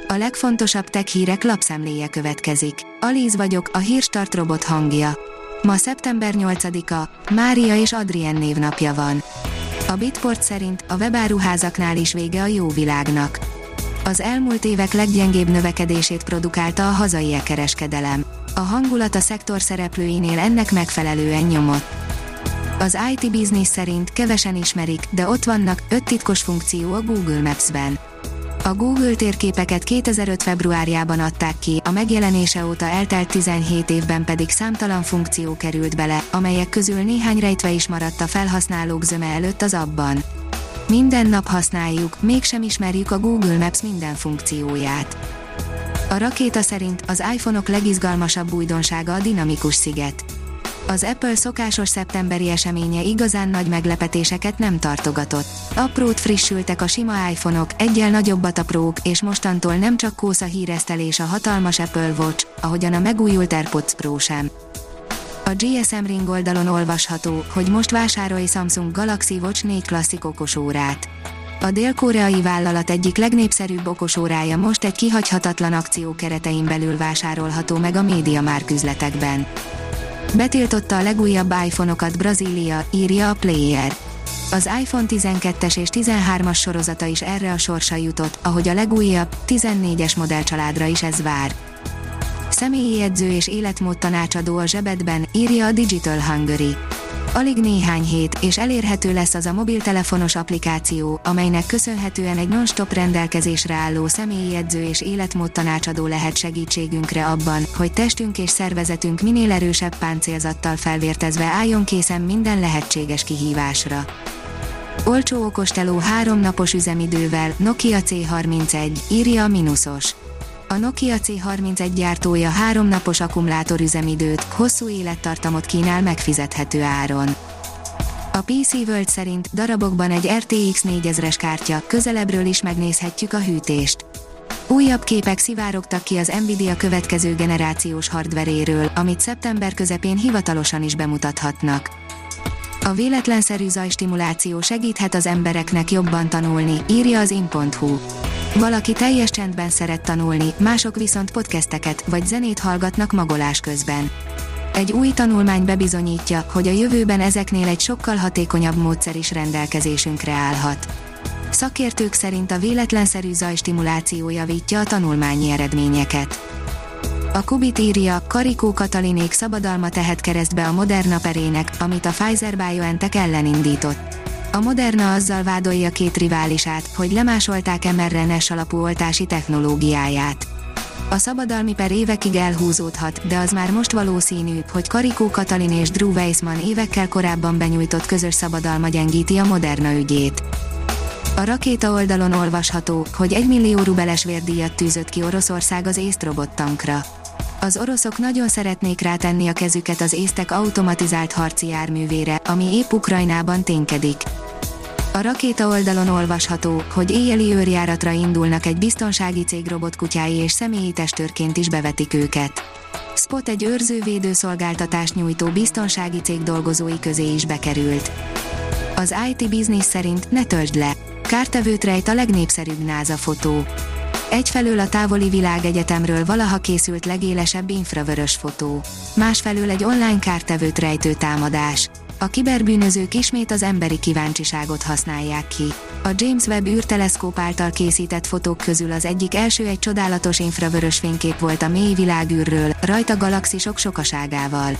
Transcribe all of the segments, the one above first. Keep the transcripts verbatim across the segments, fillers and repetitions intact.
A legfontosabb tech hírek lapszemléje következik. Alíz vagyok, a Hírstart robot hangja. Ma szeptember nyolcadika, Mária és Adrien névnapja van. A Bitport szerint a webáruházaknál is vége a jó világnak. Az elmúlt évek leggyengébb növekedését produkálta a hazai e-kereskedelem. A hangulat a szektor szereplőinél ennek megfelelően nyomott. Az i té Business szerint kevesen ismerik, de ott vannak öt titkos funkció a Google Maps-ben. A Google térképeket kétezer-öt februárjában adták ki, a megjelenése óta eltelt tizenhét évben pedig számtalan funkció került bele, amelyek közül néhány rejtve is maradt a felhasználók zöme előtt az appban. Minden nap használjuk, mégsem ismerjük a Google Maps minden funkcióját. A rakéta szerint az iPhone-ok legizgalmasabb újdonsága a dinamikus sziget. Az Apple szokásos szeptemberi eseménye igazán nagy meglepetéseket nem tartogatott. Aprót frissültek a sima iPhone-ok, egyel nagyobbat a Prók, és mostantól nem csak kósza híresztelés a hatalmas Apple Watch, ahogyan a megújult AirPods Pro sem. A gé es em Ring oldalon olvasható, hogy most vásárolj Samsung Galaxy Watch négy klasszik okosórát. A dél-koreai vállalat egyik legnépszerűbb okosórája most egy kihagyhatatlan akció keretein belül vásárolható meg a MediaMarkt üzletekben. Betiltotta a legújabb iPhone-okat Brazília, írja a Player. Az iPhone tizenkettes és tizenhármas sorozata is erre a sorsra jutott, ahogy a legújabb, tizennégyes modellcsaládra is ez vár. Személyi edző és életmód tanácsadó a zsebedben, írja a Digital Hungary. Alig néhány hét, és elérhető lesz az a mobiltelefonos applikáció, amelynek köszönhetően egy non-stop rendelkezésre álló személyi edző és életmód tanácsadó lehet segítségünkre abban, hogy testünk és szervezetünk minél erősebb páncélzattal felvértezve álljon készen minden lehetséges kihívásra. Olcsó okosteló három napos üzemidővel, Nokia cé harmincegy, írja a Minusos. A Nokia cé harmincegy gyártója három napos akkumulátor üzemidőt, hosszú élettartamot kínál megfizethető áron. A pé cé World szerint darabokban egy er té iksz négyezres kártya, közelebbről is megnézhetjük a hűtést. Újabb képek szivárogtak ki az Nvidia következő generációs hardveréről, amit szeptember közepén hivatalosan is bemutathatnak. A véletlenszerű zajstimuláció segíthet az embereknek jobban tanulni, írja az in pont hu. Valaki teljes csendben szeret tanulni, mások viszont podcasteket vagy zenét hallgatnak magolás közben. Egy új tanulmány bebizonyítja, hogy a jövőben ezeknél egy sokkal hatékonyabb módszer is rendelkezésünkre állhat. Szakértők szerint a véletlenszerű zajstimuláció javítja a tanulmányi eredményeket. A Kubit írja, Karikó Katalinék szabadalma tehet keresztbe a Moderna perének, amit a Pfizer-BioNTech ellen indított. A Moderna azzal vádolja két riválisát, hogy lemásolták em er en es alapú oltási technológiáját. A szabadalmi per évekig elhúzódhat, de az már most valószínű, hogy Karikó Katalin és Drew Weissman évekkel korábban benyújtott közös szabadalma gyengíti a Moderna ügyét. A rakéta oldalon olvasható, hogy egy millió rubeles vérdíjat tűzött ki Oroszország az észt robottankra. Az oroszok nagyon szeretnék rátenni a kezüket az észtek automatizált harci járművére, ami épp Ukrajnában ténykedik. A rakéta oldalon olvasható, hogy éjjeli őrjáratra indulnak egy biztonsági cég robotkutyái és személyi testőrként is bevetik őket. Spot egy őrzővédő szolgáltatást nyújtó biztonsági cég dolgozói közé is bekerült. Az i té Business szerint ne töltsd le. Kártevőt rejt a legnépszerűbb NASA fotó. Egyfelől a távoli világegyetemről valaha készült legélesebb infravörös fotó. Másfelől egy online kártevőt rejtő támadás. A kiberbűnözők ismét az emberi kíváncsiságot használják ki. A James Webb űrteleszkóp által készített fotók közül az egyik első egy csodálatos infravörös fénykép volt a mély világűrről, rajta galaxisok sokaságával.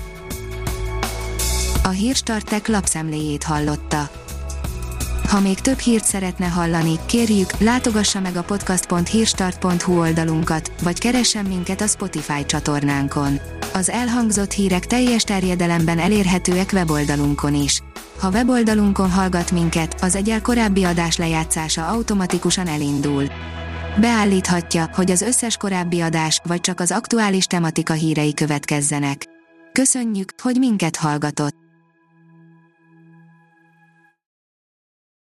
A Hírstart Tech lapszemléjét hallotta. Ha még több hírt szeretne hallani, kérjük, látogassa meg a podcast pont hírstart pont hu oldalunkat, vagy keressen minket a Spotify csatornánkon. Az elhangzott hírek teljes terjedelemben elérhetőek weboldalunkon is. Ha weboldalunkon hallgat minket, az egyel korábbi adás lejátszása automatikusan elindul. Beállíthatja, hogy az összes korábbi adás, vagy csak az aktuális tematika hírei következzenek. Köszönjük, hogy minket hallgatott!